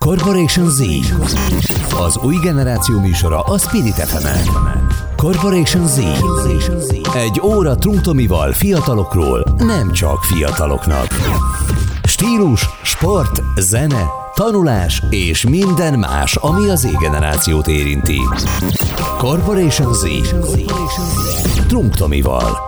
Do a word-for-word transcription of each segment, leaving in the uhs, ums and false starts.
Corporation Z. Az új generáció műsora a Spirit ef emen. Corporation Z. Egy óra Trunk Tomival fiatalokról, nem csak fiataloknak. Stílus, sport, zene, tanulás és minden más, ami az Z-generációt érinti. Corporation Z. Trunk Tomival.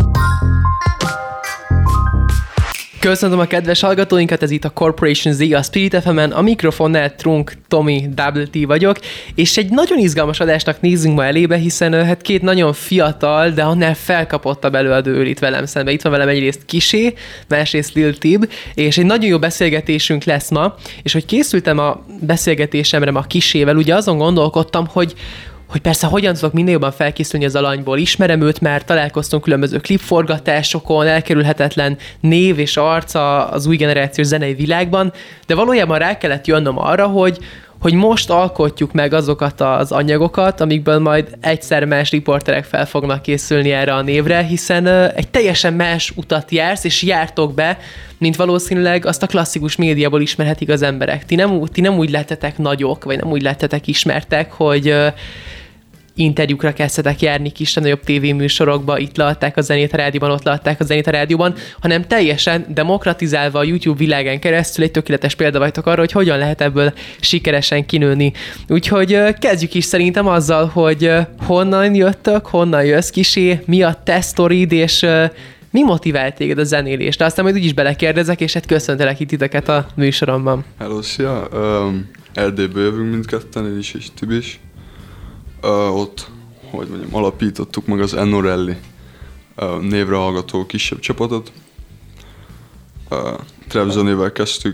Köszönöm a kedves hallgatóinkat, ez itt a Corporation Z, a Spirit ef emen, a mikrofonnál Trunk Tomi Double T vagyok, és egy nagyon izgalmas adásnak nézzünk ma elébe, hiszen hát két nagyon fiatal, de annál felkapottabb előadó ül itt velem szembe. Itt van velem egyrészt Kisé, másrészt Lil Tib, és egy nagyon jó beszélgetésünk lesz ma, és hogy készültem a beszélgetésemre ma Kisével, ugye azon gondolkodtam, hogy hogy persze hogyan tudok minél jobban felkészülni az alanyból. Ismerem őt, mert találkoztunk különböző klipforgatásokon, elkerülhetetlen név és arca az új generációs zenei világban, de valójában rá kellett jönnöm arra, hogy, hogy most alkotjuk meg azokat az anyagokat, amikből majd egyszer más riporterek fel fognak készülni erre a névre, hiszen egy teljesen más utat jársz, és jártok be, mint valószínűleg azt a klasszikus médiából ismerhetik az emberek. Ti nem, ti nem úgy lettetek nagyok, vagy nem úgy lettetek ismertek, hogy interjúkra kezdtetek járni kis nagyobb tévéműsorokba, itt leadták a zenét a rádióban, ott leadták a zenét a rádióban, hanem teljesen demokratizálva a YouTube világán keresztül egy tökéletes példa vagytok arra, hogy hogyan lehet ebből sikeresen kinőni. Úgyhogy kezdjük is szerintem azzal, hogy honnan jöttök, honnan jössz Kisé, mi a te sztorid, és mi motivált téged a zenélésre? Aztán majd úgyis belekérdezek, és hát köszöntelek itt titeket a műsoromban. Hello, szia! Um, Erdélyből jövünk mindketten, én is és Tibi is. Uh, ott, hogy mondjam, alapítottuk meg az Ennorelli uh, névre hallgató kisebb csapatot. Uh, Trevzenével kezdtük.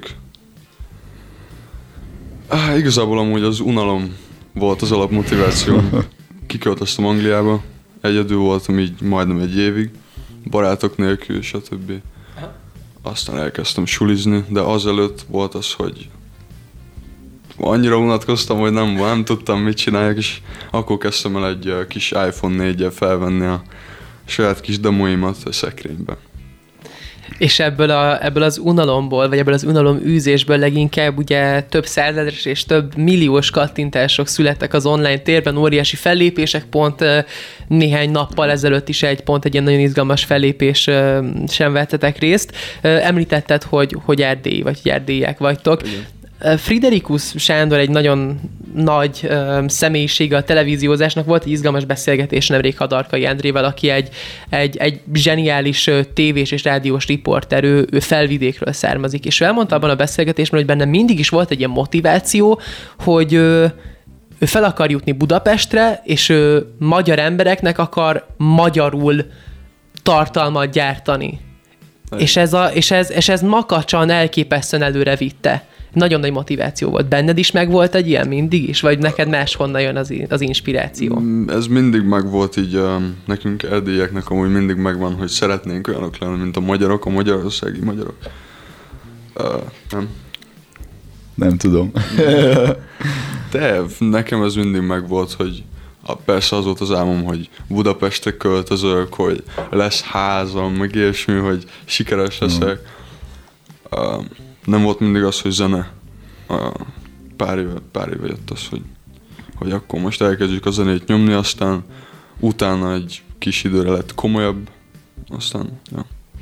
Uh, igazából amúgy az unalom volt az alapmotiváció. Kiköltöztem Angliába, egyedül voltam így majdnem egy évig, barátok nélkül, stb. Aztán elkezdtem sulizni, de azelőtt volt az, hogy annyira unatkoztam, hogy nem, nem tudtam, mit csináljak, és akkor kezdtem el egy uh, kis iPhone négyel felvenni a saját kis demoimat a szekrénybe. És ebből, a, ebből az unalomból, vagy ebből az unalom űzésből leginkább ugye több százezres és több milliós kattintások születtek az online térben, óriási fellépések, pont uh, néhány nappal ezelőtt is egy pont egy ilyen nagyon izgalmas fellépés uh, sem vettetek részt. Uh, említetted, hogy, hogy erdélyi, vagy hogy erdélyiek vagytok. Igen. Friderikus Sándor egy nagyon nagy uh, személyisége a televíziózásnak, volt egy izgalmas beszélgetés nemrég Hadarkai Endrével, aki egy, egy, egy zseniális uh, tévés és rádiós riporter, ő, ő Felvidékről származik, és ő elmondta abban a beszélgetésben, hogy benne mindig is volt egy ilyen motiváció, hogy uh, ő fel akar jutni Budapestre, és ő magyar embereknek akar magyarul tartalmat gyártani. És ez, a, és, ez, és ez makacsan elképesztően előre vitte. Nagyon nagy motiváció volt. Benned is megvolt egy ilyen mindig is? Vagy neked máshonnan jön az, az inspiráció? Ez mindig megvolt így, nekünk erdélyieknek amúgy mindig megvan, hogy szeretnénk olyanok lenni, mint a magyarok, a magyarországi magyarok. Uh, nem? Nem tudom. De nekem ez mindig megvolt, hogy persze az volt az álmom, hogy Budapestre költözök, hogy lesz házam, meg ilyesmi, hogy sikeres leszek. Uh, Nem volt mindig az, hogy zene. Pár éve, pár éve jött az, hogy, hogy akkor most elkezdjük a zenét nyomni, aztán utána egy kis időre lett komolyabb, aztán, ja.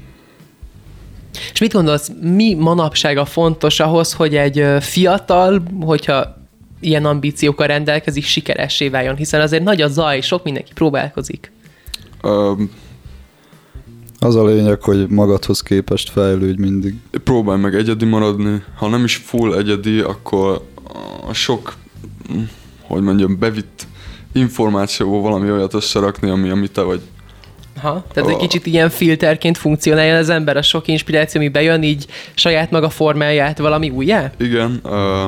És mit gondolsz, mi manapság a fontos ahhoz, hogy egy fiatal, hogyha ilyen ambíciókkal rendelkezik, sikeressé váljon? Hiszen azért nagy a zaj, sok mindenki próbálkozik. Um, Az a lényeg, hogy magadhoz képest fejlődj mindig. Próbálj meg egyedi maradni. Ha nem is full egyedi, akkor a sok, hogy mondjam, bevitt információból valami olyat összerakni, ami, ami te vagy. Aha, tehát a... egy kicsit ilyen filterként funkcionálja az ember, a sok inspiráció, ami bejön, így saját maga formáját valami újjá? Igen. Uh,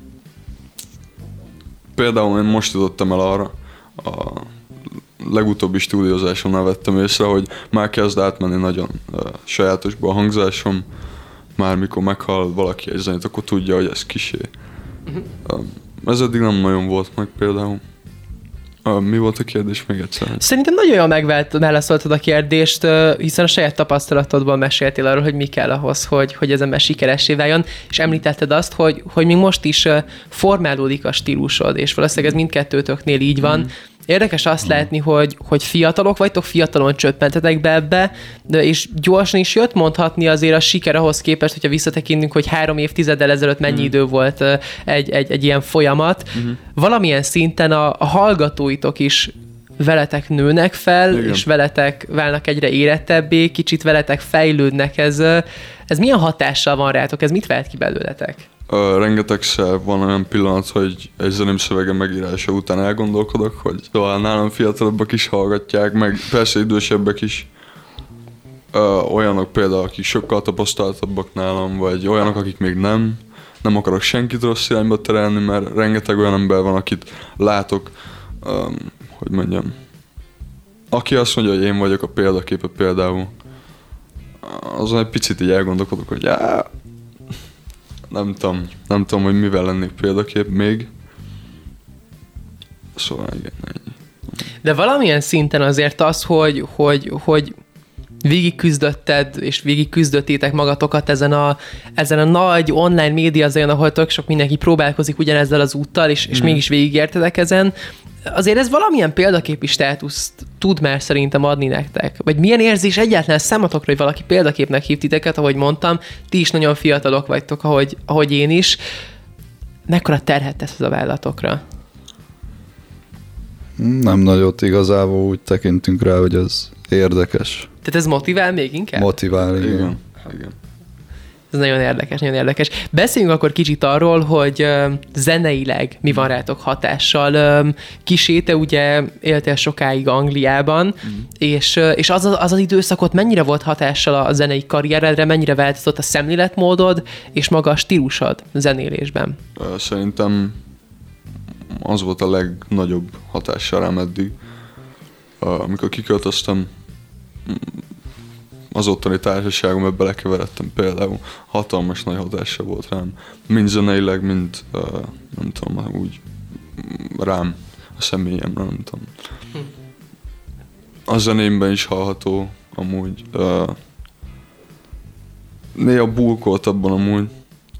például én most jutottam el arra, a legutóbbi stúdiózásomnál vettem észre, hogy már kezd átmenni nagyon uh, sajátosba a hangzásom. Már mikor meghall valaki egy zenét, akkor tudja, hogy ez Kisé. Uh-huh. Uh, ez eddig nem nagyon volt meg például. Uh, mi volt a kérdés még egyszer? Szerintem nagyon jól megválaszoltad a kérdést, hiszen a saját tapasztalatodból meséltél arról, hogy mi kell ahhoz, hogy, hogy ez ember sikeressé váljon, és említetted azt, hogy, hogy még most is formálódik a stílusod, és valószínűleg ez mindkettőtöknél így van. Mm. Érdekes azt mm. látni, hogy, hogy fiatalok vagytok, fiatalon csöppentetek be ebbe, de és gyorsan is jött mondhatni azért a siker ahhoz képest, hogyha visszatekintünk, hogy három évtizeddel ezelőtt mennyi mm. idő volt egy, egy, egy ilyen folyamat. Mm. Valamilyen szinten a, a hallgatóitok is veletek nőnek fel, igen, és veletek válnak egyre érettebbé, kicsit veletek fejlődnek. Ez, ez milyen hatással van rátok? Ez mit vált ki belőletek? Uh, rengetegszer van olyan pillanat, hogy egy zenémszövege megírása után elgondolkodok, hogy szóval nálam fiatalabbak is hallgatják, meg persze idősebbek is. Uh, olyanok például, akik sokkal tapasztaltabbak nálam, vagy olyanok, akik még nem. Nem akarok senkit rossz irányba terelni, mert rengeteg olyan ember van, akit látok, um, hogy mondjam, aki azt mondja, hogy én vagyok a példaképe például, azon egy picit így elgondolkodok, hogy já, nem tudom, nem tudom, hogy mivel lennék példakép még. Szóval igen, ennyi. De valamilyen szinten azért az, hogy, hogy, hogy végig küzdötted, és végig küzdöttétek magatokat ezen a, ezen a nagy online médiazón, ahol tök sok mindenki próbálkozik ugyanezzel az úttal, és, és mm. mégis végigértetek ezen. Azért ez valamilyen példaképi státuszt tud már szerintem adni nektek. Vagy milyen érzés egyáltalán számotokra, hogy valaki példaképnek hív titeket, ahogy mondtam, ti is nagyon fiatalok vagytok, ahogy, ahogy én is. Mekkora terhet tesz ez a vállatokra? Nem nagyot, igazából úgy tekintünk rá, hogy ez érdekes. Tehát ez motivál még inkább? Motivál, igen. Igen, igen. Ez nagyon érdekes, nagyon érdekes. Beszéljünk akkor kicsit arról, hogy uh, zeneileg mi van rátok hatással. Um, Kisé, te ugye éltél sokáig Angliában, mm. és, uh, és az, az az időszakot mennyire volt hatással a zenei karrieredre, mennyire változott a szemléletmódod és maga a stílusod zenélésben? Szerintem az volt a legnagyobb hatással rám eddig. Amikor kiköltöztem, az ottani társaságomban belekeveredtem például, hatalmas nagy hatása volt rám. Mind zeneileg, mind uh, nem tudom, úgy rám, a személyemre, nem tudom. A zenémben is hallható, amúgy. Uh, néha bulkolt abban amúgy.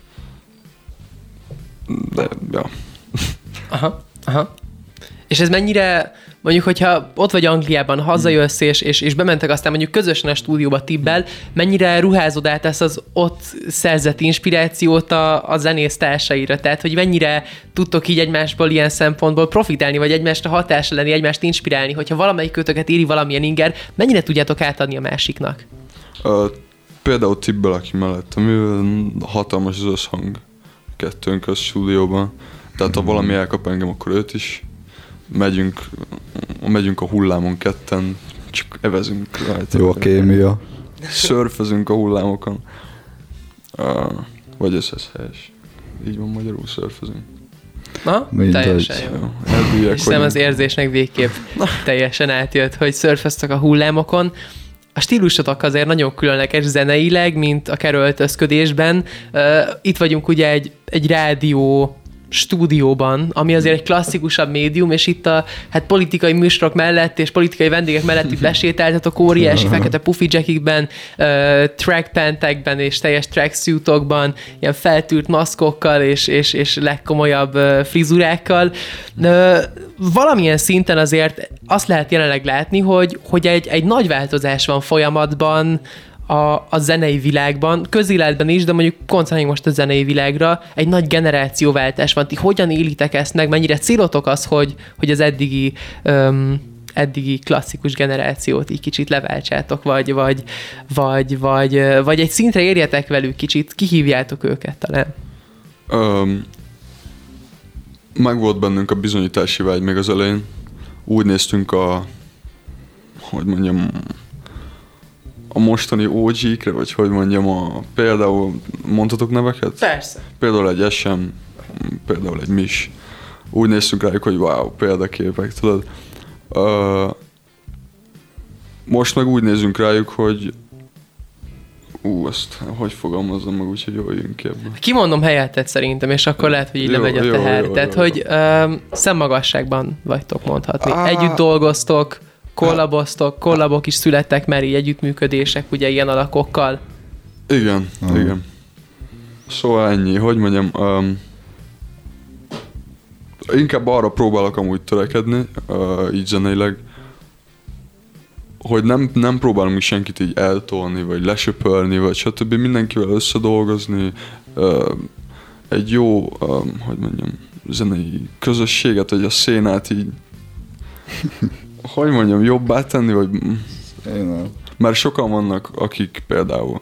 De, ja. Aha, aha. És ez mennyire, mondjuk, hogyha ott vagy Angliában, hazajössz, és, és, és bementek aztán mondjuk közösen a stúdióba Tibbel, mennyire ruházod át ezt az ott szerzett inspirációt a, a zenész társaira? Tehát, hogy mennyire tudtok így egymásból ilyen szempontból profitálni, vagy egymásra hatásra lenni, egymást inspirálni, hogyha valamelyik kötöket éri valamilyen inger, mennyire tudjátok átadni a másiknak? Uh, például Tibbel, aki mellettem, ő hatalmas az összhang kettőnk a stúdióban. Tehát ha valami elkap engem, akkor őt is. Megyünk, megyünk a hullámon ketten, csak evezünk rajta. Jó a kémia. Szörfözünk a hullámokon. Uh, vagy ez, ez helyes. Így van, magyarul szörfözünk. Na, teljesen jó. jó. És hiszem az érzésnek végképp teljesen átjött, hogy szörföztek a hullámokon. A stílusotok azért nagyon különleges zeneileg, mint a keröltözködésben. Uh, itt vagyunk ugye egy, egy rádió stúdióban, ami azért egy klasszikusabb médium, és itt a hát politikai műsorok mellett és politikai vendégek mellett itt lesétáltatok óriási fekete puffy jackikben, uh, trackpantekben és teljes tracksuitokban, ilyen feltűrt maszkokkal és, és, és legkomolyabb uh, frizurákkal. Uh, valamilyen szinten azért azt lehet jelenleg látni, hogy, hogy egy, egy nagy változás van folyamatban A, a zenei világban, közéletben is, de mondjuk koncentráljunk most a zenei világra, egy nagy generációváltás van. Ti hogyan élitek ezt meg? Mennyire célotok az, hogy, hogy az eddigi, um, eddigi klasszikus generációt így kicsit leváltsátok, vagy, vagy, vagy, vagy, vagy egy szintre érjetek velük kicsit, kihívjátok őket talán? Um, meg volt bennünk a bizonyítási vágy még az elején. Úgy néztünk a, hogy mondjam, a mostani ó gé-kre, vagy hogy mondjam, a, például mondhatok neveket? Persze. Például egy es em, például egy Mis. Úgy néztünk rájuk, hogy wow, példaképek, tudod. Uh, most meg úgy nézünk rájuk, hogy Ú, ezt hogy fogalmazzam meg úgy, hogy jól jön ki ebből. Kimondom helyettet szerintem, és akkor lehet, hogy így Jó, lemegy a jó, teher. jó, Tehát, jó, hogy ö, szemmagasságban vagytok mondhatni. Á. Együtt dolgoztok, kollaboztok, kollabok is születtek, mert így együttműködések, ugye ilyen alakokkal. Igen, Aha. igen. Szóval ennyi, hogy mondjam, um, inkább arra próbálok amúgy törekedni, uh, így zeneileg, hogy nem, nem próbálom is senkit így eltolni, vagy lesöpölni, vagy stb. Mindenkivel összedolgozni, uh, egy jó, um, hogy mondjam, zenei közösséget, vagy a szénát így, hogy mondjam, jobbá tenni, vagy... Én nem. Mert sokan vannak, akik például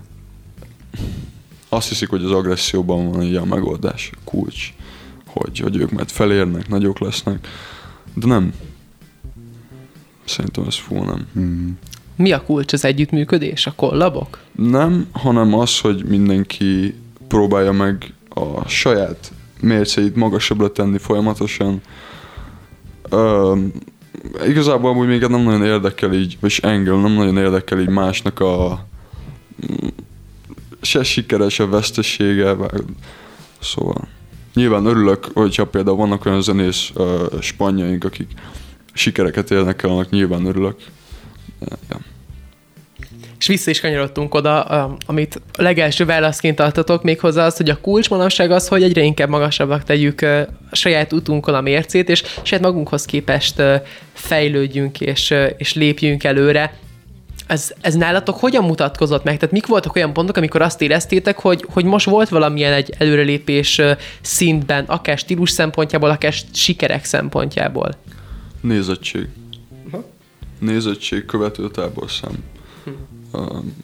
azt hiszik, hogy az agresszióban van egy a megoldás, a kulcs, hogy, hogy ők majd felérnek, nagyok lesznek, de nem. Szerintem ez fú, nem. Mm. Mi a kulcs az együttműködés? A kollabok? Nem, hanem az, hogy mindenki próbálja meg a saját mérceit magasabbra tenni folyamatosan. Ö, igazából amúgy még nem nagyon érdekel így, és engem nem nagyon érdekel így másnak a se sikere, se vesztesége, szóval nyilván örülök, hogyha például vannak olyan zenész uh, spanjaink, akik sikereket élnek el, annak nyilván örülök. Ja. És vissza is kanyarodtunk oda, amit a legelső válaszként adtatok, méghozzá az, hogy a kulcs manapság az, hogy egyre inkább magasabbak tegyük a saját utunkon a mércét, és saját magunkhoz képest fejlődjünk és, és lépjünk előre. Ez, ez nálatok hogyan mutatkozott meg? Tehát mik voltak olyan pontok, amikor azt éreztétek, hogy, hogy most volt valamilyen egy előrelépés szintben, akár stílus szempontjából, akár sikerek szempontjából? Nézettség. Uh-huh. Nézettség, követőtábor szám. Um,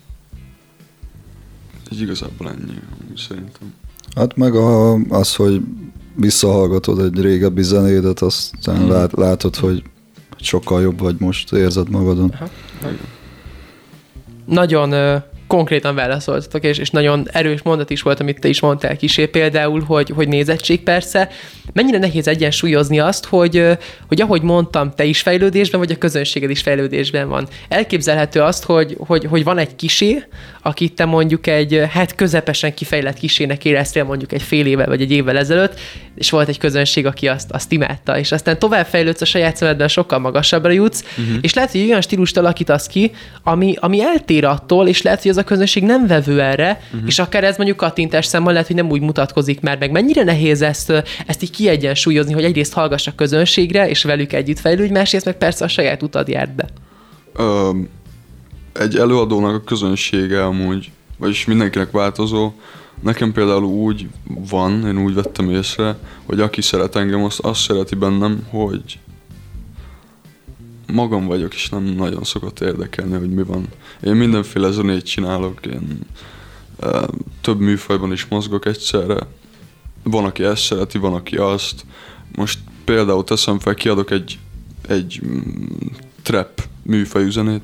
így igazából ennyi, szerintem. Hát meg a, az, hogy visszahallgatod egy régebbi zenédet, aztán hmm. lát, látod, hogy sokkal jobb vagy most, érzed magadon. Aha. Nagyon ö, konkrétan válaszoltatok, és, és nagyon erős mondat is volt, amit te is mondtál Kisé, például, hogy, hogy nézettség persze. Mennyire nehéz egyensúlyozni azt, hogy, hogy ahogy mondtam, te is fejlődésben, vagy a közönséged is fejlődésben van. Elképzelhető azt, hogy, hogy, hogy van egy Kisé, akit te mondjuk egy hát közepesen kifejlett Kisének éreztél mondjuk egy fél évvel, vagy egy évvel ezelőtt, és volt egy közönség, aki azt, azt imádta, és aztán továbbfejlődsz a saját szemedben, sokkal magasabbra jutsz, uh-huh. és lehet, hogy olyan stílust alakítasz ki, ami, ami eltér attól, és lehet, hogy az a közönség nem vevő erre, uh-huh. és akár ez mondjuk kattintás szemmel lehet, hogy nem úgy mutatkozik már meg. Mennyire nehéz ezt, ezt így kiegyensúlyozni, hogy egyrészt hallgass a közönségre, és velük együtt fejlődj, másrészt meg persze a saját utad járd be. Ö, egy előadónak a közönsége amúgy, vagyis mindenkinek változó. Nekem például úgy van, én úgy vettem észre, hogy aki szeret engem, azt, azt szereti bennem, hogy magam vagyok, és nem nagyon szokott érdekelni, hogy mi van. Én mindenféle zenét csinálok, én e, több műfajban is mozgok egyszerre. Van, aki ezt szereti, van, aki azt. Most például teszem fel, kiadok egy, egy mm, trap műfajú zenét.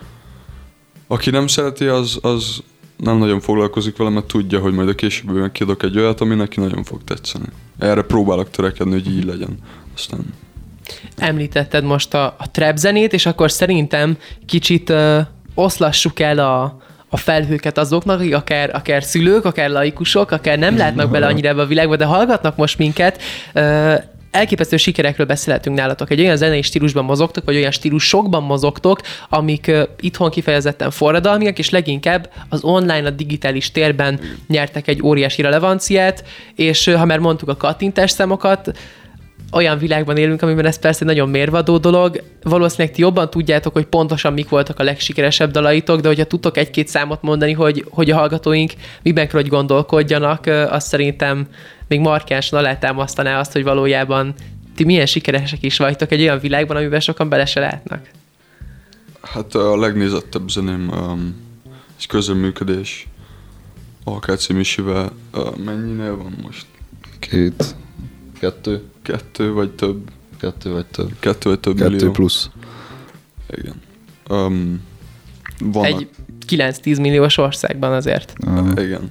Aki nem szereti, az, az nem nagyon foglalkozik vele, mert tudja, hogy majd a későbbiben kiadok egy olyat, ami neki nagyon fog tetszeni. Erre próbálok törekedni, hogy így legyen. Aztán... Említetted most a, a trap zenét, és akkor szerintem kicsit ö, oszlassuk el a, a felhőket azoknak, akik akár, akár szülők, akár laikusok, akár nem látnak bele annyira ebbe a világba, de hallgatnak most minket. Ö, elképesztő sikerekről beszélhetünk nálatok. Egy olyan zenei stílusban mozogtok, vagy olyan stílusokban mozogtok, amik uh, itthon kifejezetten forradalmiak, és leginkább az online, a digitális térben nyertek egy óriási relevanciát, és uh, ha már mondtuk a kattintás számokat, olyan világban élünk, amiben ez persze nagyon mérvadó dolog. Valószínűleg ti jobban tudjátok, hogy pontosan mik voltak a legsikeresebb dalaitok, de hogyha tudtok egy-két számot mondani, hogy, hogy a hallgatóink miben kell, hogy gondolkodjanak, azt szerintem még markánsan alátámasztaná azt, hogy valójában ti milyen sikeresek is vagytok egy olyan világban, amiben sokan bele se látnak. Hát a legnézettebb zeném um, egy közreműködés á ká cé Misivel. Uh, mennyinél van most? Két. Kettő. Kettő vagy több. Kettő vagy több. Kettő vagy több Kettő millió. plusz. Igen. Um, vannak... Egy kilenc-tíz milliós országban azért. Aha. Igen.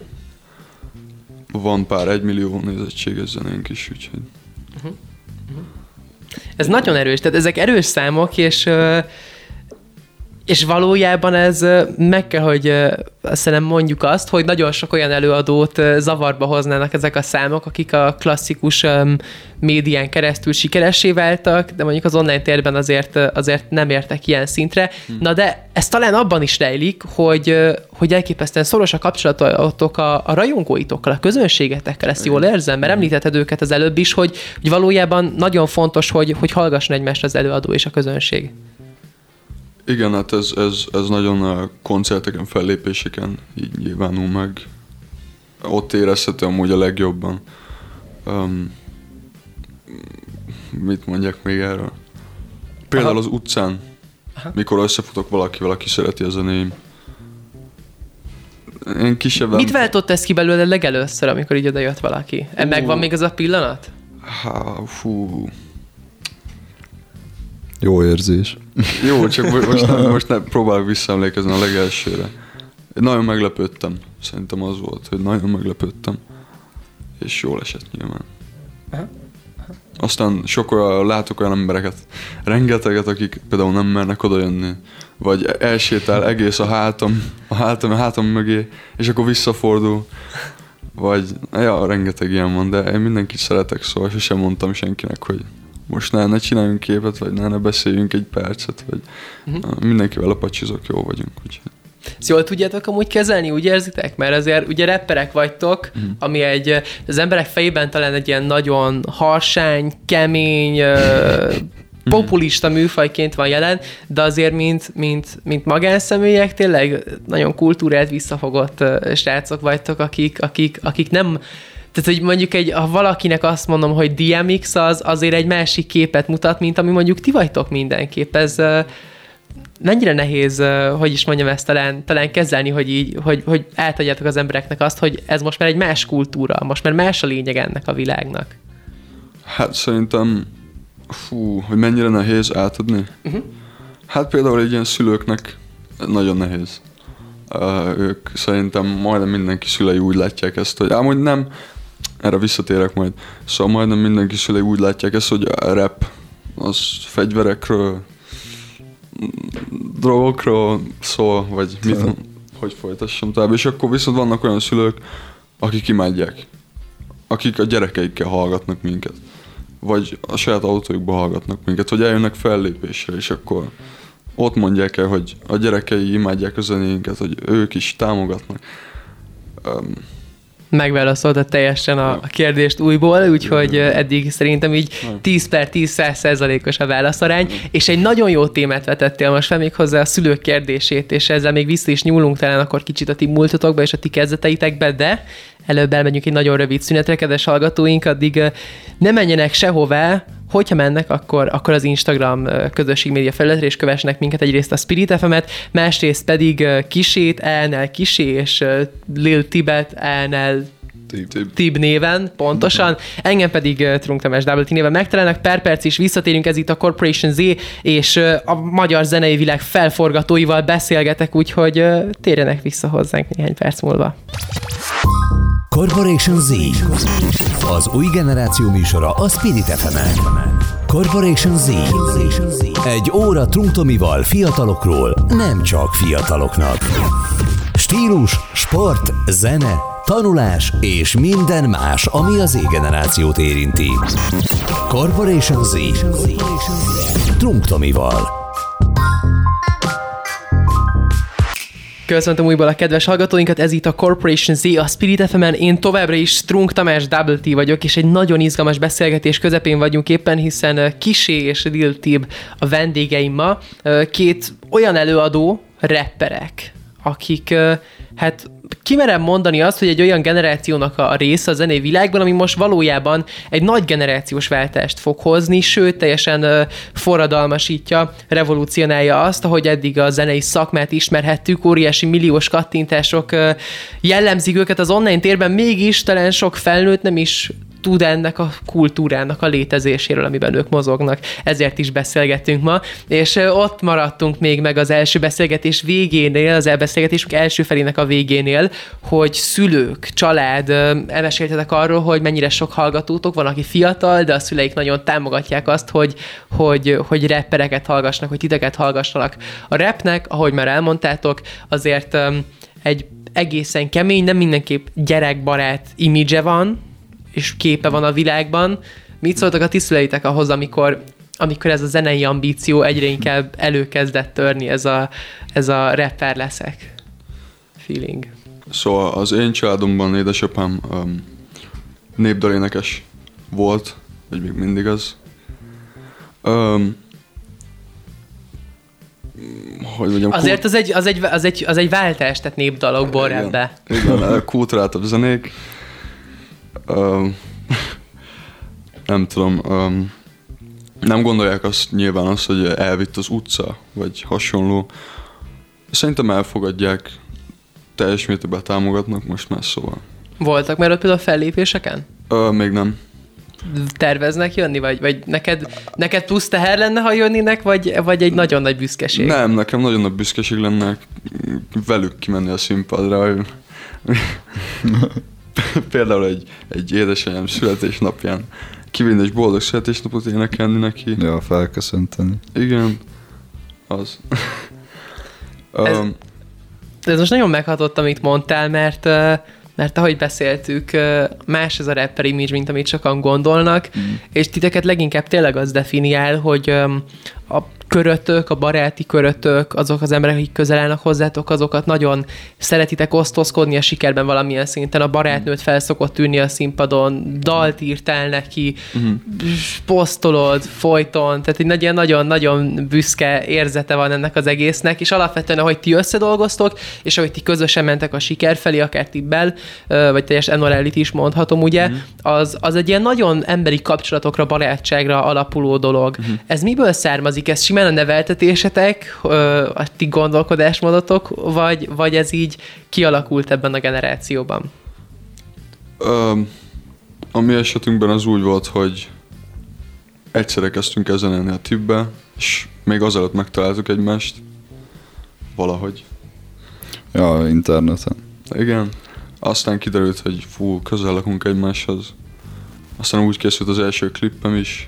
Van pár egymillió nézettséges zenénk is, úgyhogy... Uh-huh. Uh-huh. Ez nagyon erős, tehát ezek erős számok, és, uh, És valójában ez meg kell, hogy szerintem mondjuk azt, hogy nagyon sok olyan előadót zavarba hoznának ezek a számok, akik a klasszikus médián keresztül sikeressé váltak, de mondjuk az online térben azért, azért nem értek ilyen szintre. Hmm. Na de ez talán abban is rejlik, hogy, hogy elképesztően szoros a kapcsolatotok a, a rajongóitokkal, a közönségetekkel, ezt jól érzem, mert említetted őket az előbb is, hogy, hogy valójában nagyon fontos, hogy, hogy hallgasson egymást az előadó és a közönség. Igen, hát ez, ez, ez nagyon a koncerteken, fellépéseken így nyilvánul meg. Ott érezhető amúgy a legjobban. Um, mit mondjak még erről? Például Aha. az utcán, Aha. mikor összefutok valakivel, aki szereti a zenéim. Én kisebben... Mit váltott ez ki belőle legelőször, amikor így odajött valaki? Uh. Megvan még az a pillanat? Há, fú... Jó érzés. Jó, csak most nem, most nem próbálok visszaemlékezni a legelsőre. Én nagyon meglepődtem. Szerintem az volt, hogy nagyon meglepődtem. És jól esett nyilván. Aha. Aha. Aztán sok olyan, látok olyan embereket, rengeteget, akik például nem mernek odajönni. Vagy elsétál egész a hátam, a hátam, a hátam mögé, és akkor visszafordul. Vagy, ja, rengeteg ilyen van, de én mindenkit szeretek, szóval sosem mondtam senkinek, hogy most ne, ne csináljunk képet, vagy ne, ne beszéljünk egy percet, vagy uh-huh. na, mindenkivel apacsizok, jó vagyunk. Úgyhogy. Ezt jól tudjátok amúgy kezelni, úgy érzitek? Mert azért ugye rapperek vagytok, uh-huh. ami egy, az emberek fejében talán egy ilyen nagyon harsány, kemény, uh, populista műfajként van jelen, de azért mint, mint, mint magánszemélyek tényleg nagyon kultúrált, visszafogott uh, srácok vagytok, akik, akik, akik nem... Tehát, hogy mondjuk egy, ha valakinek azt mondom, hogy dé em iksz, az azért egy másik képet mutat, mint ami mondjuk ti vagytok mindenképp. Ez uh, mennyire nehéz, uh, hogy is mondjam ezt talán, talán kezelni, hogy így, hogy, hogy átadjátok az embereknek azt, hogy ez most már egy más kultúra, most már más a lényeg ennek a világnak. Hát szerintem, fú, hogy mennyire nehéz átadni? Uh-huh. Hát például egy ilyen szülőknek nagyon nehéz. Uh, ők szerintem majdnem mindenki szülei úgy látják ezt, hogy ám, hogy nem, erre visszatérek majd, szóval majdnem mindenki szülei úgy látják ezt, hogy a rap az fegyverekről, drogokról szól, vagy mit, hogy folytassam tovább, és akkor viszont vannak olyan szülők, akik imádják, akik a gyerekeikkel hallgatnak minket, vagy a saját autójukba hallgatnak minket, vagy eljönnek fellépésre, és akkor ott mondják el, hogy a gyerekei imádják a zenéinket, hogy ők is támogatnak. Um, Megválaszoltad teljesen a, a kérdést újból, úgyhogy eddig szerintem így tíz per tíz száz százalékos a válaszarány, és egy nagyon jó témát vetettél most fel, még hozzá a szülők kérdését, és ezzel még vissza is nyúlunk talán akkor kicsit a ti múltotokba és a ti kezdeteitekbe, de előbb elmegyünk egy nagyon rövid szünetre, kedves hallgatóink, addig ne menjenek sehová, hogyha mennek, akkor, akkor az Instagram közösségmédia felületre, és kövessenek minket egyrészt a Spirit ef emet, másrészt pedig Kisét, Elnel Kisé, és Lil Tibet, Elnel Tib. Tib néven, pontosan. Engem pedig Trunk Tamás Double T néven megtalálnak. Per perc is visszatérünk, ez itt a Corporation Z, és a magyar zenei világ felforgatóival beszélgetek, úgyhogy térjenek vissza hozzánk néhány perc múlva. Corporation Z, az új generáció műsora a Spirit ef emen. Corporation Z, egy óra Trunk Tomival fiatalokról, nem csak fiataloknak. Stílus, sport, zene, tanulás és minden más, ami az Z-generációt érinti. Corporation Z, Trunk Tomival. Köszöntöm újból a kedves hallgatóinkat, ez itt a Corporation Z, a Spirit ef emen. Én továbbra is Trunk Tamás Double T vagyok, és egy nagyon izgalmas beszélgetés közepén vagyunk éppen, hiszen Kisé és Lil Tib a vendégeim ma. Két olyan előadó, rapperek, akik, hát kimerem mondani azt, hogy egy olyan generációnak a része a zenei világban, ami most valójában egy nagy generációs váltást fog hozni, sőt, teljesen forradalmasítja, revolúcionálja azt, ahogy eddig a zenei szakmát ismerhettük, óriási milliós kattintások jellemzik őket az online térben, mégis talán sok felnőtt nem is tud ennek a kultúrának a létezéséről, amiben ők mozognak. Ezért is beszélgettünk ma, és ott maradtunk még meg az első beszélgetés végénél, az elbeszélgetésünk első felének a végénél, hogy szülők, család, elmeséltetek arról, hogy mennyire sok hallgatótok van, aki fiatal, de a szüleik nagyon támogatják azt, hogy, hogy, hogy rappereket hallgassnak, hogy titeket hallgassanak. A rapnek, ahogy már elmondtátok, azért egy egészen kemény, nem mindenképp gyerekbarát image van, és képe van a világban. Mit szóltak a ti szüleitek ahhoz, amikor, amikor ez a zenei ambíció egyre inkább előkezdett törni, ez a, ez a rapper leszek feeling? Szóval az én családomban édesapám um, népdalénekes volt, vagy még mindig az. Um, hogy mondjam, Azért kult... az, egy, az, egy, az, egy, az egy váltás, tehát népdalokból rapbe. Igen, kulturáltabb zenék. Um, nem tudom, um, nem gondolják azt nyilván azt, hogy elvitt az utca, vagy hasonló. Szerintem elfogadják, teljes mértékben támogatnak most már, szóval. Voltak már ott például fellépéseken? Uh, még nem. Terveznek jönni, vagy, vagy neked, neked plusz teher lenne, ha jönnének, vagy, vagy egy nagyon nagy büszkeség? Nem, nekem nagyon nagy büszkeség lenne velük kimenni a színpadra. Például egy, egy édesanyám születésnapján kivinni és boldog születésnapot énekelni neki. Ja, felköszönteni. Igen, az. Ez, um, ez most nagyon meghatott, amit mondtál, mert, mert ahogy beszéltük, más ez a rapper image, mint amit sokan gondolnak, mm. és titeket leginkább tényleg az definiál, hogy a körötök, a baráti körötök, azok az emberek, akik közel állnak hozzátok, azokat nagyon szeretitek osztozkodni a sikerben valamilyen szinten. A barátnőt fel szokott ülni a színpadon, dalt írtál neki, uh-huh. posztolod folyton, tehát egy nagyon-nagyon büszke érzete van ennek az egésznek, és alapvetően, ahogy ti összedolgoztok, és ahogy ti közösen mentek a siker felé, akár Tibbel, vagy teljes Enorellit is mondhatom, ugye, uh-huh. az, az egy ilyen nagyon emberi kapcsolatokra, barátságra alapuló dolog. Uh-huh. Ez miből származik? Ez simán a neveltetésetek, a ti gondolkodásmódotok, vagy, vagy ez így kialakult ebben a generációban? Um, a mi esetünkben az úgy volt, hogy egyszerre kezdtünk el zenélni a Tibbe, és még azelőtt megtaláltuk egymást. Valahogy. Ja, interneten. Igen. Aztán kiderült, hogy fú, közel lakunk egymáshoz. Aztán úgy készült az első klippem is.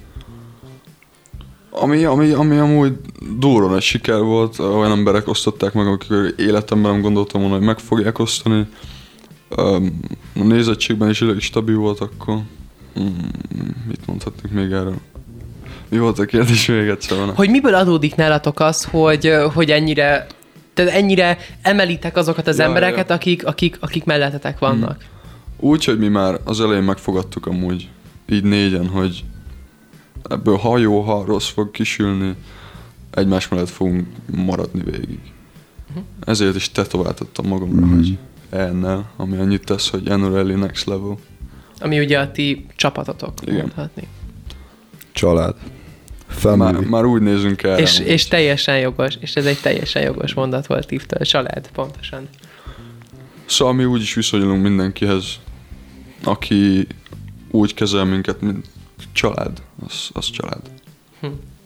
Ami, ami, ami amúgy durva nagy siker volt, olyan emberek osztották meg, akik életemben nem gondoltam volna, hogy meg fogják osztani. A nézettségben is elég stabil volt akkor. Mit mondhatnék még erről? Mi volt a kérdés még egyszer van? Hogy miből adódik nálatok az, hogy, hogy ennyire, tehát ennyire emelitek azokat az ja, embereket, ja. Akik, akik, akik mellettetek vannak? Hmm. Úgy, hogy mi már az elején megfogadtuk amúgy, így négyen, hogy ebből ha jó, ha rossz fog kisülni, egymás mellett fogunk maradni végig. Uh-huh. Ezért is tetováltattam magamra, uh-huh. hogy ennel, ami annyit tesz, hogy Enorelli Next Level. Ami ugye a ti csapatotok, igen. Mondhatni. Család. Már, már úgy nézünk el. És, és teljesen jogos, és ez egy teljesen jogos mondat volt Tiftől. Család, pontosan. Szóval mi úgy is viszonyulunk mindenkihez, aki úgy kezel minket, mint család, az, az család. Hm.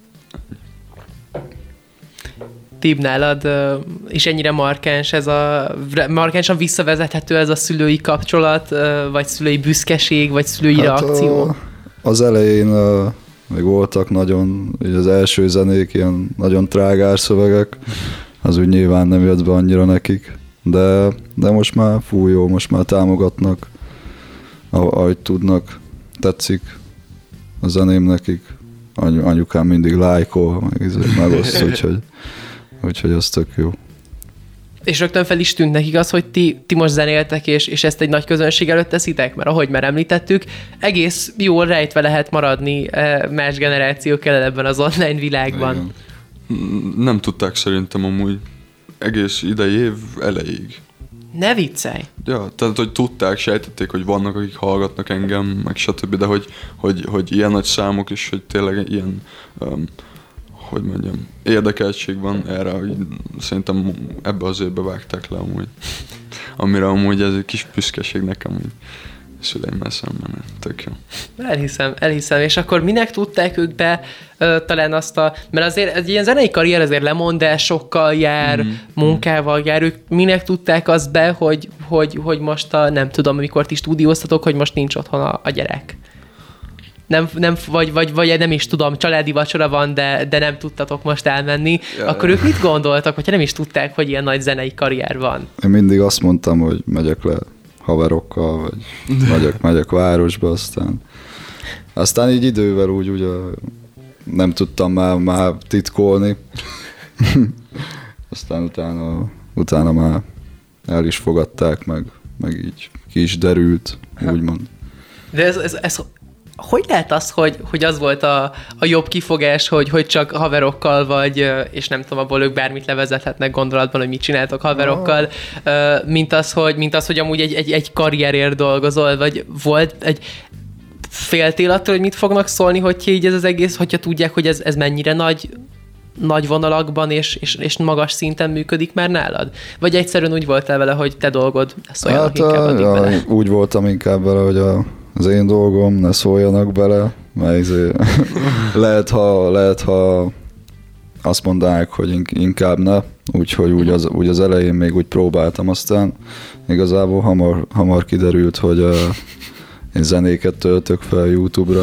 Tib, nálad uh, is ennyire markáns ez a, markánsan visszavezethető ez a szülői kapcsolat, uh, vagy szülői büszkeség, vagy szülői hát reakció? A, az elején uh, még voltak nagyon, az első zenék, ilyen nagyon trágár szövegek, az úgy nyilván nem jött be annyira nekik, de, de most már fú jó, most már támogatnak, ahogy tudnak, tetszik a zeném nekik. Any- anyukám mindig lájkol, meg megoszt, úgyhogy, úgyhogy az tök jó. És rögtön fel is tűnt nekik az, hogy ti, ti most zenéltek, és, és ezt egy nagy közönség előtt teszitek? Mert ahogy már említettük, egész jól rejtve lehet maradni más generációk el ebben az online világban. Igen. Nem tudták szerintem amúgy egész idei év elejéig. Ne viccelj! Ja, tehát, hogy tudták, sejtették, hogy vannak, akik hallgatnak engem, meg stb., de hogy, hogy, hogy ilyen nagy számok, és hogy tényleg ilyen, um, hogy mondjam, érdekeltség van erre, hogy szerintem ebbe az évbe vágták le amúgy. Amire amúgy ez egy kis büszkeség nekem, hogy szüleimmel szemben. Tök jó. Elhiszem, elhiszem. És akkor minek tudták ők be ö, talán azt a... Mert azért egy ilyen zenei karrier azért lemondásokkal jár, mm. munkával jár. Ők minek tudták azt be, hogy, hogy, hogy most a, nem tudom, amikor ti stúdióztatok, hogy most nincs otthon a, a gyerek. Nem, nem, vagy, vagy, vagy nem is tudom, családi vacsora van, de, de nem tudtatok most elmenni. Ja, akkor ők mit gondoltak, hogyha nem is tudták, hogy ilyen nagy zenei karrier van? Én mindig azt mondtam, hogy megyek le haverokkal, vagy megyek, megyek városba, aztán aztán így idővel úgy, úgy a, nem tudtam már, már titkolni. Aztán utána, utána már el is fogadták, meg, meg így ki is derült, úgymond. De ez, ez, ez hogy lehet az, hogy, hogy az volt a, a jobb kifogás, hogy, hogy csak haverokkal vagy, és nem tudom, abból ők bármit levezethetnek gondolatban, hogy mit csináltok haverokkal, oh. mint, az, hogy, mint az, hogy amúgy egy, egy, egy karrierért dolgozol, vagy volt egy... Féltél attól, hogy mit fognak szólni, hogyha így ez az egész, hogyha tudják, hogy ez, ez mennyire nagy, nagy vonalakban és, és, és magas szinten működik már nálad? Vagy egyszerűen úgy voltál vele, hogy te dolgod, szóljanak hát, inkább addig ja, bele? Úgy voltam inkább vele, hogy a, az én dolgom, ne szóljanak bele, mert lehet, ha, lehet, ha azt mondanák, hogy inkább ne, úgyhogy úgy az, úgy az elején még úgy próbáltam, aztán igazából hamar, hamar kiderült, hogy a, én zenéket töltök fel YouTube-ra.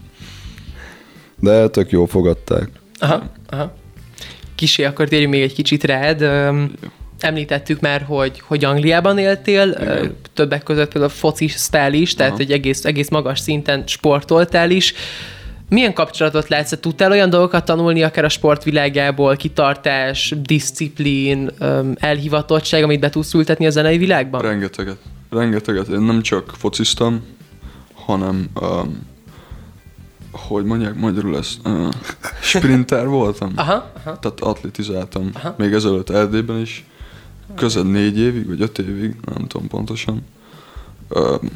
De tök jól fogadták. Aha, aha. Kisé, akkor térjünk még egy kicsit rád. Említettük már, hogy, hogy Angliában éltél, igen. Többek között például fociztál is, tehát aha. egy egész, egész magas szinten sportoltál is. Milyen kapcsolatot látsz? Tudtál olyan dolgokat tanulni, akár a sportvilágából, kitartás, diszciplín, elhivatottság, amit be tudsz ültetni a zenei világban? Rengeteget. Rengeteget. Én nem csak fociztam, hanem, um, hogy mondják magyarul ezt, uh, sprinter voltam. Aha, aha. Tehát atletizáltam. Aha. Még ezelőtt Erdélyben is. Közel négy évig, vagy öt évig, nem tudom pontosan. Um,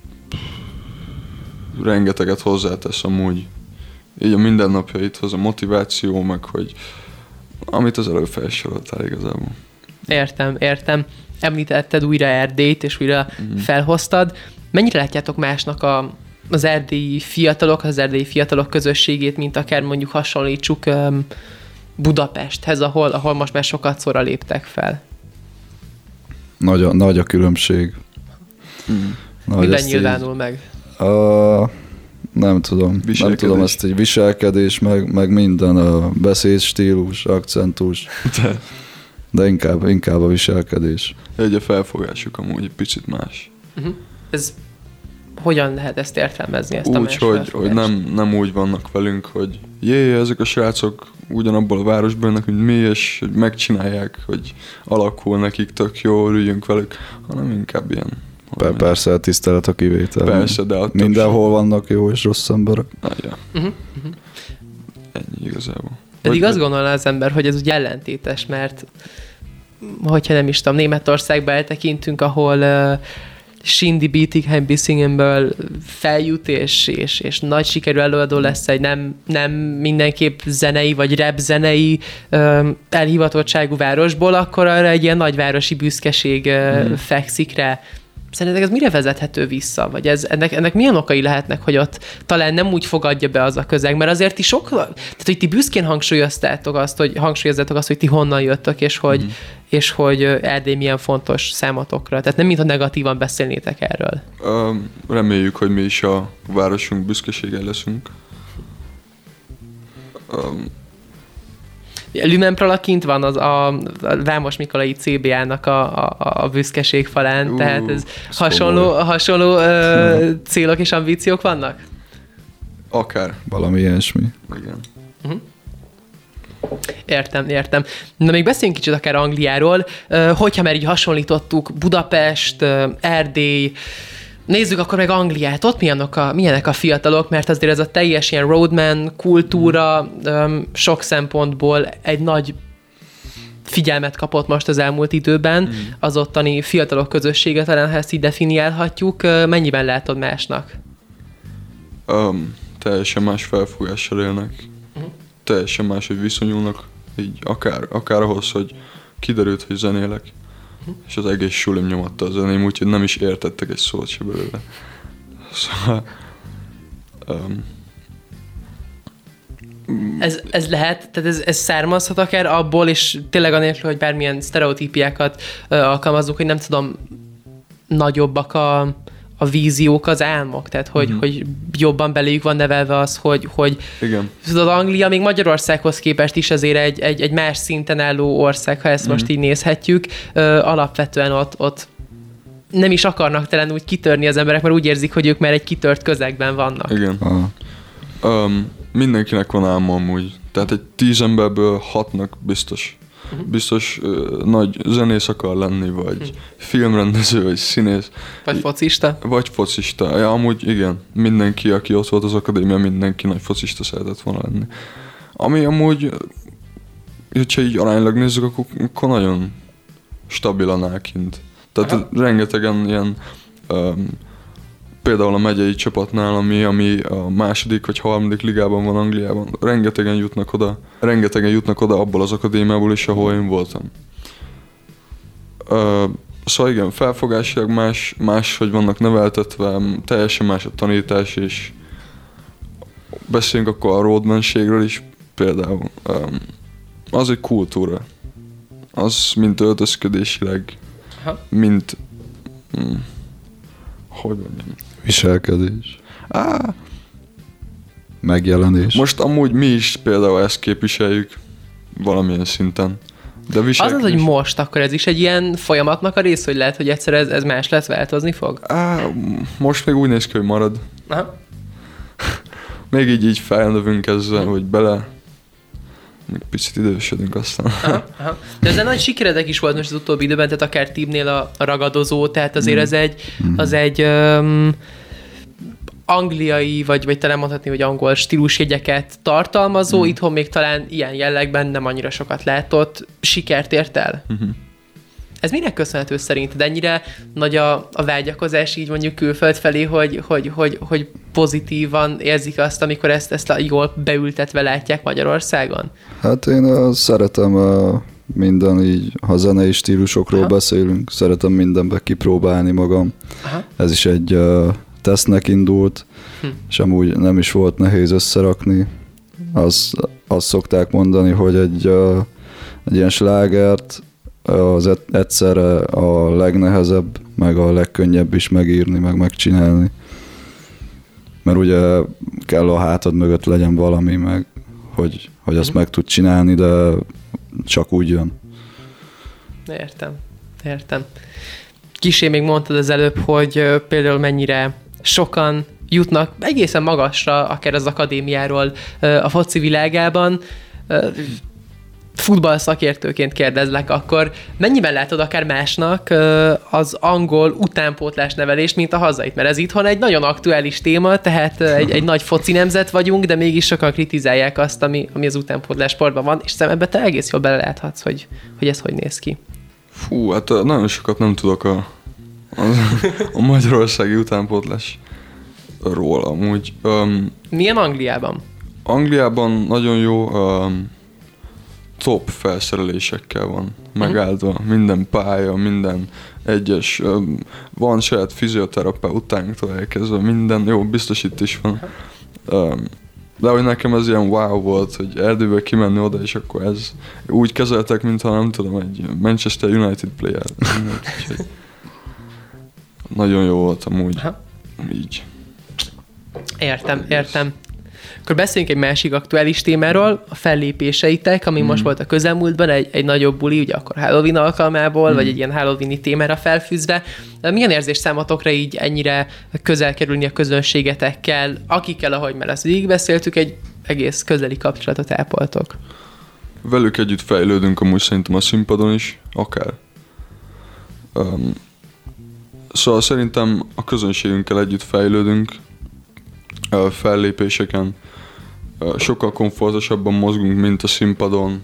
rengeteget hozzátesz amúgy. Így a mindennapjaithoz, a motiváció, meg hogy amit az előbb felsoroltál igazából. Értem, értem. Említetted újra Erdélyt, és újra mm. felhoztad. Mennyire látjátok másnak a, az erdélyi fiatalok, az erdélyi fiatalok közösségét, mint akár mondjuk hasonlítsuk um, Budapesthez, ahol, ahol most már sokat szóra léptek fel? Nagy a, nagy a különbség. Mm. Minden nyilvánul így, meg? A, nem tudom. Nem tudom, ezt egy viselkedés, meg, meg minden, a beszédstílus, akcentus. De, de inkább, inkább a viselkedés. Egy a felfogásuk amúgy egy picit más. Uh-huh. Ez hogyan lehet ezt értelmezni, ezt úgy, a más hogy, hogy nem, nem úgy vannak velünk, hogy jé, ezek a srácok ugyanabból a városból jönnek, mint mi, és hogy megcsinálják, hogy alakul nekik tök jó, üljünk velük, hanem inkább ilyen. Per- persze, a tisztelet a kivétel. Persze, de a mindenhol vannak jó és rossz emberek. Ah, ja. uh-huh, uh-huh. Ennyi igazából. Pedig vagy, azt gondolná az ember, hogy ez úgy ellentétes, mert hogyha nem is tudom, Németországba eltekintünk, ahol uh, Shindy Bietigheim-Bissingenből feljut, és, és, és nagy sikerű előadó lesz egy nem, nem mindenképp zenei, vagy rap zenei um, elhivatottságú városból, akkor arra egy ilyen nagyvárosi büszkeség uh, hmm. fekszik rá. Szerinted ez mire vezethető vissza? Vagy ez, ennek, ennek milyen okai lehetnek, hogy ott talán nem úgy fogadja be az a közeg? Mert azért ti sok, tehát hogy ti büszkén hangsúlyoztátok azt, hogy hangsúlyozzátok azt, hogy ti honnan jöttök, és hogy, mm. és hogy Erdély milyen fontos számotokra. Tehát nem mintha negatívan beszélnétek erről. Um, reméljük, hogy mi is a városunk büszkesége leszünk. Um, Lümenprala kint van az a, a Vámos Mikolai cé bé á-nak a, a, a büszkeség falán, uh, tehát ez hasonló, hasonló uh, célok és ambíciók vannak? Akár. Valami ilyesmi. Igen. Uh-huh. Értem, értem. Na még beszéljünk kicsit akár Angliáról, uh, hogyha már így hasonlítottuk Budapest, uh, Erdély, nézzük akkor meg Angliát, ott milyenek a, milyenek a fiatalok, mert azért ez a teljes ilyen roadman kultúra um, sok szempontból egy nagy figyelmet kapott most az elmúlt időben. Mm. Az ottani fiatalok közössége, talán ha ezt így definiálhatjuk, mennyiben látod másnak? Um, teljesen más felfogással élnek. Uh-huh. Teljesen más, hogy viszonyulnak, így akár, akár ahhoz, hogy kiderült, hogy zenélek. És az egész sulim nyomatta a zeném, úgyhogy nem is értettek egy szót se belőle. Szóval... Um, Ez, ez lehet, tehát ez, ez származhat akár abból, és tényleg anélkül, hogy bármilyen sztereotípiákat ö, alkalmazunk, hogy nem tudom, nagyobbak a, a víziók, az álmok, tehát hogy, mm-hmm. hogy jobban beléjük van nevelve az, hogy, hogy igen. Tudod, Anglia még Magyarországhoz képest is azért egy, egy, egy más szinten álló ország, ha ezt mm-hmm. most így nézhetjük, ö, alapvetően ott, ott nem is akarnak talán úgy kitörni az emberek, mert úgy érzik, hogy ők már egy kitört közegben vannak. Igen. Um, mindenkinek van álma amúgy. Tehát egy tíz emberből hatnak biztos. Uh-huh. Biztos uh, nagy zenész akar lenni, vagy uh-huh. filmrendező, vagy színész. Vagy focista. Vagy focista. Ja, amúgy igen. Mindenki, aki ott volt az akadémia, mindenki nagy focista szeretett volna lenni. Ami amúgy, hogyha így aránylag nézzük, akkor, akkor nagyon stabilan áll kint. Tehát aha. rengetegen ilyen um, például a megyei csapatnál, ami, ami a második vagy harmadik ligában van Angliában, rengetegen jutnak oda, rengetegen jutnak oda abból az akadémiából is, ahol én voltam. Uh, szóval igen, felfogásilag más, más, hogy vannak neveltetve, teljesen más a tanítás, és beszéljünk akkor a roadmanségről is, például. Um, az egy kultúra. Az mint öltözködésileg, aha. mint... Mm, hogy mondjam? Viselkedés. Á, megjelenés. Most amúgy mi is például ezt képviseljük valamilyen szinten. De az az, hogy most akkor ez is egy ilyen folyamatnak a rész, hogy lehet, hogy egyszer ez, ez más lesz, változni fog? Á, most még úgy néz ki, hogy marad. Aha. Még így, így felnövünk ezzel, hmm. hogy bele... Még picit idősödünk aztán. Aha, aha. De ezzel nagy sikeredek is volt most az utóbbi időben, tehát akár Tibnél a, a ragadozó, tehát azért mm. az egy, az egy um, angliai, vagy, vagy talán mondhatni, hogy angol stílusjegyeket tartalmazó, mm. itthon még talán ilyen jellegben nem annyira sokat látott, sikert ért el. Mm-hmm. Ez minek köszönhető szerint? De ennyire nagy a, a vágyakozás így mondjuk külföld felé, hogy, hogy, hogy, hogy pozitívan érzik azt, amikor ezt, ezt a jól beültetve látják Magyarországon? Hát én uh, szeretem uh, minden így, ha zenei stílusokról aha. beszélünk, szeretem mindenbe kipróbálni magam. Aha. Ez is egy uh, tesztnek indult, hm. és amúgy nem is volt nehéz összerakni. Az, azt szokták mondani, hogy egy, uh, egy ilyen slágert az egyszerre a legnehezebb, meg a legkönnyebb is megírni, meg megcsinálni. Mert ugye kell a hátad mögött legyen valami, meg hogy, hogy azt meg tud csinálni, de csak úgy jön. Értem, értem. Kissé még mondtad az előbb, hogy például mennyire sokan jutnak egészen magasra, akár az akadémiáról a foci világában. Futball szakértőként kérdezlek, akkor mennyiben látod akár másnak az angol utánpótlás nevelést, mint a hazait? Mert ez itthon egy nagyon aktuális téma, tehát egy, egy nagy foci nemzet vagyunk, de mégis sokan kritizálják azt, ami, ami az utánpótlás sportban van, és szemedbe te egész jól beleláthatsz, hogy, hogy ez hogy néz ki. Fú, hát nagyon sokat nem tudok a, a, a magyarországi utánpótlásról amúgy. Um, Milyen Angliában? Angliában nagyon jó... Um, top felszerelésekkel van megáldva, uh-huh. minden pálya, minden egyes, van saját fizioterapeutáktól elkezdve, minden jó, biztos itt is van. Uh-huh. De hogy nekem ez ilyen wow volt, hogy erdőbe kimenni oda, és akkor ez úgy kezeltek, mintha nem tudom, egy Manchester United player. Nagyon jó volt amúgy. Uh-huh. Így. Értem, értem. Akkor beszéljünk egy másik aktuális témáról, a fellépéseitek, ami mm. most volt a közelmúltban, egy, egy nagyobb buli, ugye akkor Halloween alkalmából, mm. vagy egy ilyen Halloweeni témára felfűzve. Milyen érzés számotokra így ennyire közel kerülni a közönségetekkel, akikkel, ahogy már ezt végigbeszéltük, egy egész közeli kapcsolatot ápoltok? Velük együtt fejlődünk amúgy szerintem a színpadon is, akár. Um, szóval szerintem a közönségünkkel együtt fejlődünk, a fellépéseken. Sokkal komfortosabban mozgunk, mint a színpadon.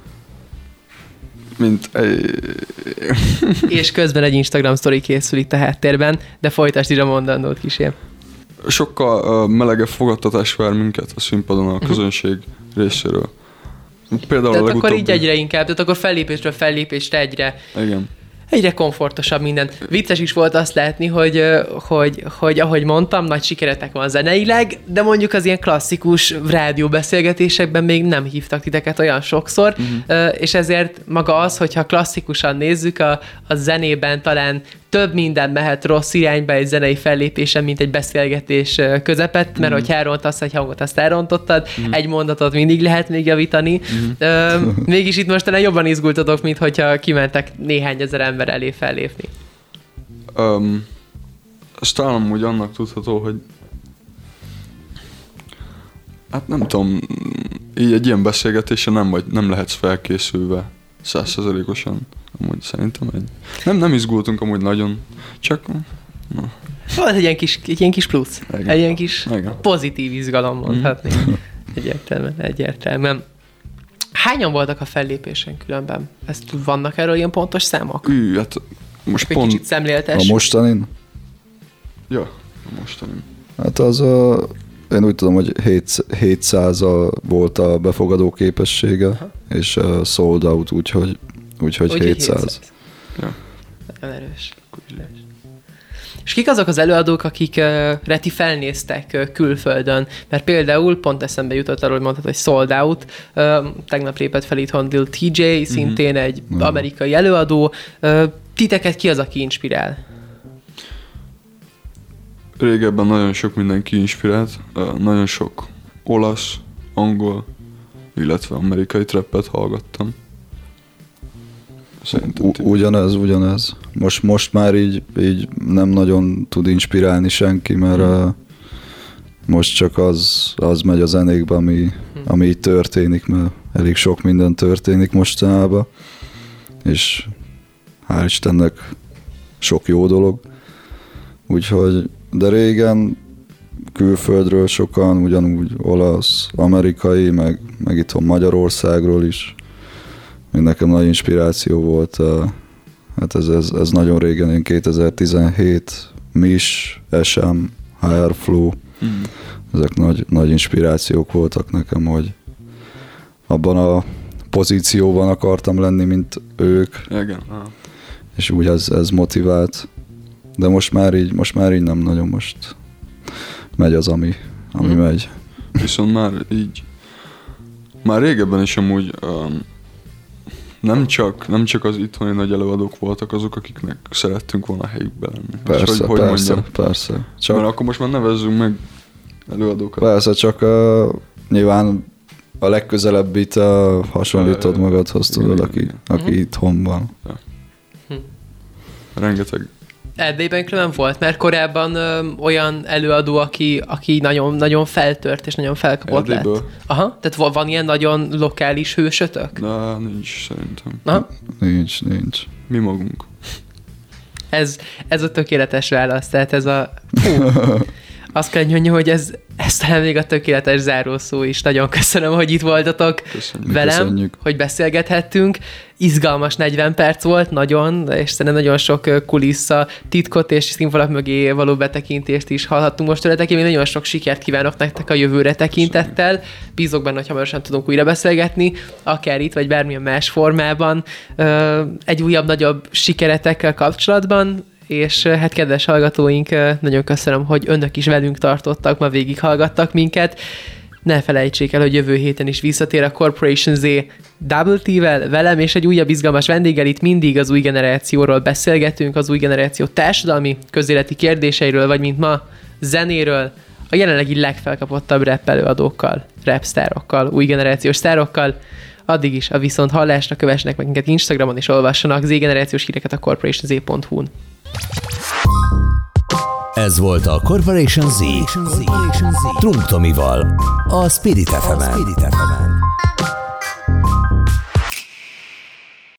Mint egy... És közben egy Instagram sztori készül itt a háttérben, de folytasd is a mondandót, kísér. Sokkal uh, melegebb fogadtatás vár minket a színpadon a közönség uh-huh. részéről. Például tehát a legutóbbi... akkor így egyre inkább, tehát akkor fellépésről fellépésre egyre. Igen. egyre komfortosabb minden. Vicces is volt azt látni, hogy, hogy, hogy ahogy mondtam, nagy sikeretek van zeneileg, de mondjuk az ilyen klasszikus rádióbeszélgetésekben még nem hívtak titeket olyan sokszor, uh-huh. és ezért maga az, hogyha klasszikusan nézzük, a, a zenében talán több minden mehet rossz irányba egy zenei fellépésen, mint egy beszélgetés közepett, mert mm. hogy elrontasz egy hangot, azt elrontottad, mm. egy mondatot mindig lehet még javítani. Mm. Ö, mégis itt most talán jobban izgultatok, mint hogyha kimentek néhány ezer ember elé fellépni. Um, azt talán amúgy annak tudható, hogy hát nem tudom, így egy ilyen beszélgetésen nem, vagy, nem lehetsz felkészülve százszerzalékosan. Amúgy szerintem egy... Nem, nem izgultunk amúgy nagyon, csak... Na. Volt egy ilyen kis, egy ilyen kis plusz, Igen. egy ilyen kis Igen. pozitív izgalom mondhatni. Mm. Egyértelműen, egyértelműen. Hányan voltak a fellépésen különben? Ezt vannak erről ilyen pontos számok? Ű, hát most egy pont... kicsit szemléltes. A mostanin? Ja, a mostanin. Hát az a... Én úgy tudom, hogy hétszáz volt a befogadó képessége, aha. és uh, sold out, úgyhogy Úgyhogy Úgy hétszáz. hétszáz. Ja. Nagyon erős. erős. És kik azok az előadók, akikre uh, ti felnéztek uh, külföldön? Mert például pont eszembe jutott arról, hogy mondtad, hogy sold out. Uh, tegnap lépett fel itthon Lil té jé, szintén mm-hmm. egy mm. amerikai előadó. Uh, titeket ki az, aki inspirál? Régebben nagyon sok mindenki inspirált. Uh, nagyon sok olasz, angol, illetve amerikai trappet hallgattam. U- ugyanez, ugyanez. Most, most már így, így nem nagyon tud inspirálni senki, mert hmm. uh, most csak az, az megy a zenékbe, ami, hmm. ami így történik, mert elég sok minden történik mostanában, és hál' Istennek sok jó dolog. Úgyhogy, de régen külföldről sokan, ugyanúgy olasz, amerikai, meg, meg itthon Magyarországról is. Nekem nagy inspiráció volt, hát ez, ez, ez nagyon régen, én kétezer-tizenhét, Mish, es em, há er Flow, mm. ezek nagy, nagy inspirációk voltak nekem, hogy abban a pozícióban akartam lenni, mint ők, igen. Ah. és úgy ez, ez motivált, de most már így, most már így nem nagyon, most megy az, ami, ami mm. megy. Viszont már így, már régebben is amúgy um, Nem csak, nem csak az itthoni nagy előadók voltak azok, akiknek szerettünk volna helyükbe lenni. Persze, hogy, hogy persze, mondjam? persze. Csak, mert akkor most már nevezzünk meg előadókat. Persze, csak uh, nyilván a legközelebbit uh, hasonlítod ja, magadhoz, tudod, igen, aki, igen. aki uh-huh. itthon van. Ja. Hm. Rengeteg. Erdélyben különben volt, mert korábban ö, olyan előadó, aki, aki nagyon, nagyon feltört és nagyon felkapott Erdélyből. lett. Aha, tehát van ilyen nagyon lokális hősötök? Na, nincs szerintem. Aha. Nincs, nincs. Mi magunk. Ez, ez a tökéletes válasz, tehát ez a... Hú, azt kell mondjam, hogy ez, ez talán még a tökéletes zárószó is. Nagyon köszönöm, hogy itt voltatok Köszönjük. velem, Köszönjük. hogy beszélgethettünk. Izgalmas negyven perc volt, nagyon, és szerintem nagyon sok kulissza, titkot és színfalak mögé való betekintést is hallhattunk most tőletek. Én nagyon sok sikert kívánok nektek a jövőre tekintettel. Bízok benne, hogy hamarosan tudunk újra beszélgetni, akár itt, vagy bármilyen más formában. Egy újabb, nagyobb sikeretekkel kapcsolatban. És hát kedves hallgatóink, nagyon köszönöm, hogy önök is velünk tartottak, ma végighallgattak minket. Ne felejtsék el, hogy jövő héten is visszatér a Corporation Z Double T-vel, velem és egy újabb izgalmas vendéggel. Itt mindig az új generációról beszélgetünk, az új generáció társadalmi, közéleti kérdéseiről, vagy mint ma, zenéről, a jelenlegi legfelkapottabb rap előadókkal, rap sztárokkal, új generációs sztárokkal. Addig is a viszont hallásra kövessenek meg minket Instagramon, és olvassanak Z-generációs híreket a corporation z pont hu-n. Ez volt a Corporation Z, Trunk Tomival, a Spirit ef emen.